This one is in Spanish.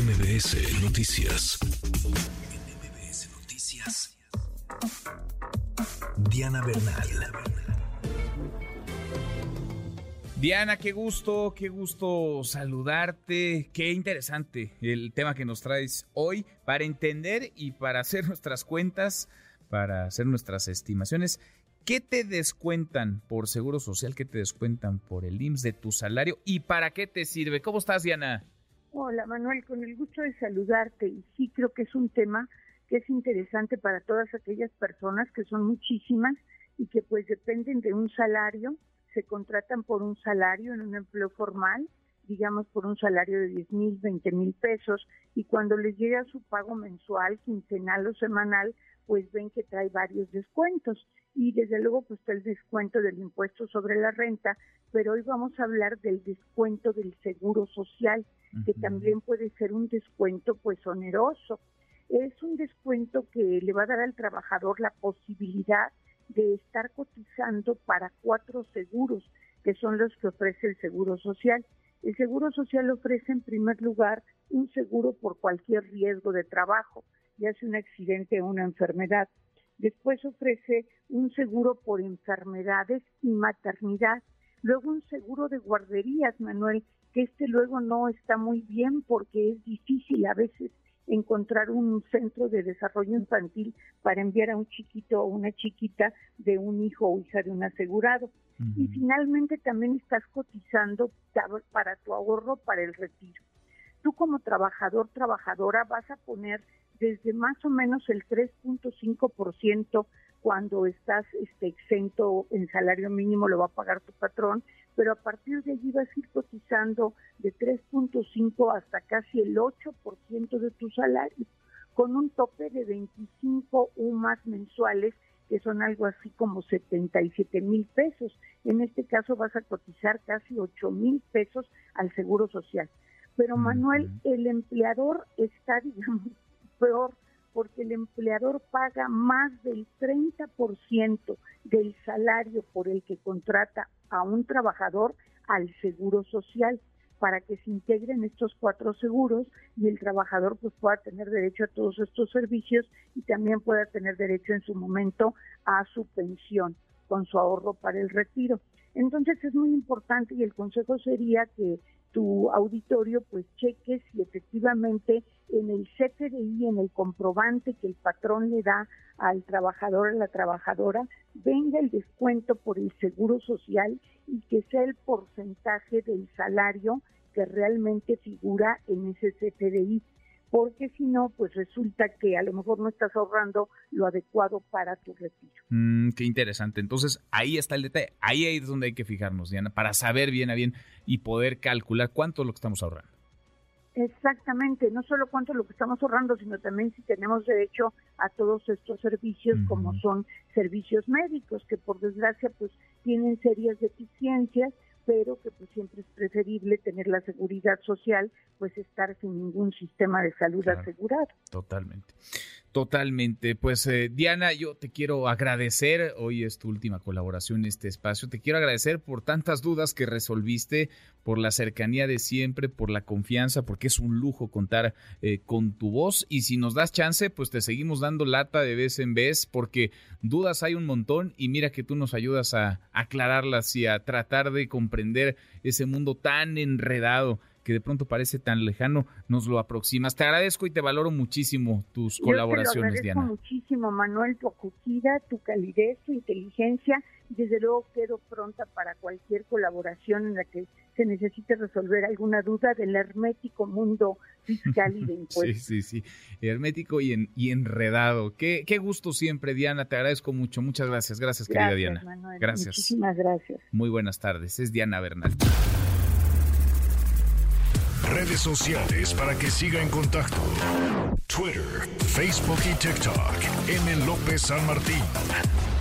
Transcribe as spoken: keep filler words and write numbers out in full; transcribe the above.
M B S Noticias. M B S Noticias. Diana Bernal. Diana, qué gusto, qué gusto saludarte. Qué interesante el tema que nos traes hoy para entender y para hacer nuestras cuentas, para hacer nuestras estimaciones. ¿Qué te descuentan por Seguro Social? ¿Qué te descuentan por el I M S S de tu salario? ¿Y para qué te sirve? ¿Cómo estás, Diana? Hola, Manuel, con el gusto de saludarte. Y sí, creo que es un tema que es interesante para todas aquellas personas, que son muchísimas, y que pues dependen de un salario, se contratan por un salario en un empleo formal, digamos por un salario de diez mil, veinte mil pesos, y cuando les llega su pago mensual, quincenal o semanal, pues ven que trae varios descuentos. Y desde luego pues está el descuento del impuesto sobre la renta, pero hoy vamos a hablar del descuento del Seguro Social, uh-huh. que también puede ser un descuento pues oneroso. Es un descuento que le va a dar al trabajador la posibilidad de estar cotizando para cuatro seguros, que son los que ofrece el Seguro Social. El Seguro Social ofrece en primer lugar un seguro por cualquier riesgo de trabajo, ya sea un accidente o una enfermedad. Después ofrece un seguro por enfermedades y maternidad. Luego un seguro de guarderías, Manuel, que este luego no está muy bien porque es difícil a veces encontrar un centro de desarrollo infantil para enviar a un chiquito o una chiquita de un hijo o hija de un asegurado. Uh-huh. Y finalmente también estás cotizando para tu ahorro para el retiro. Tú como trabajador, trabajadora, vas a poner desde más o menos el tres punto cinco por ciento cuando estás este, exento en salario mínimo, lo va a pagar tu patrón, pero a partir de allí vas a ir cotizando de tres punto cinco hasta casi el ocho por ciento de tu salario, con un tope de veinticinco U M A S mensuales, que son algo así como setenta y siete mil pesos. En este caso vas a cotizar casi ocho mil pesos al Seguro Social. Pero Manuel, el empleador está, digamos, peor, porque el empleador paga más del treinta por ciento del salario por el que contrata a un trabajador al Seguro Social, para que se integren estos cuatro seguros y el trabajador pues pueda tener derecho a todos estos servicios y también pueda tener derecho en su momento a su pensión con su ahorro para el retiro. Entonces es muy importante y el consejo sería que tu auditorio pues cheque si efectivamente en el C F D I, en el comprobante que el patrón le da al trabajador, a la trabajadora, venga el descuento por el Seguro Social y que sea el porcentaje del salario que realmente figura en ese C F D I, porque si no, pues resulta que a lo mejor no estás ahorrando lo adecuado para tu retiro. Mm, qué interesante. Entonces, ahí está el detalle. Ahí es donde hay que fijarnos, Diana, para saber bien a bien y poder calcular cuánto es lo que estamos ahorrando. Exactamente, no solo cuánto es lo que estamos ahorrando, sino también si tenemos derecho a todos estos servicios, uh-huh. como son servicios médicos, que por desgracia pues tienen serias deficiencias, pero que pues siempre es preferible tener la seguridad social, pues estar sin ningún sistema de salud claro, asegurado. Totalmente, totalmente. Pues eh, Diana, yo te quiero agradecer, hoy es tu última colaboración en este espacio, te quiero agradecer por tantas dudas que resolviste, por la cercanía de siempre, por la confianza, porque es un lujo contar eh, con tu voz, y si nos das chance, pues te seguimos dando lata de vez en vez, porque dudas hay un montón, y mira que tú nos ayudas a aclararlas y a tratar de comprender ese mundo tan enredado que de pronto parece tan lejano, nos lo aproximas. Te agradezco y te valoro muchísimo tus Yo colaboraciones, te lo Diana. Muchísimo, Manuel, tu acogida, tu calidez, tu inteligencia. Desde luego quedo pronta para cualquier colaboración en la que se necesite resolver alguna duda del hermético mundo fiscal y de impuestos. Sí, sí, sí, hermético y, en, y enredado. Qué, qué gusto siempre, Diana, te agradezco mucho. Muchas gracias, gracias, gracias querida Diana. Manuel. Gracias. Muchísimas gracias. Muy buenas tardes, es Diana Bernal. Redes sociales para que siga en contacto: Twitter, Facebook y TikTok. M. López San Martín.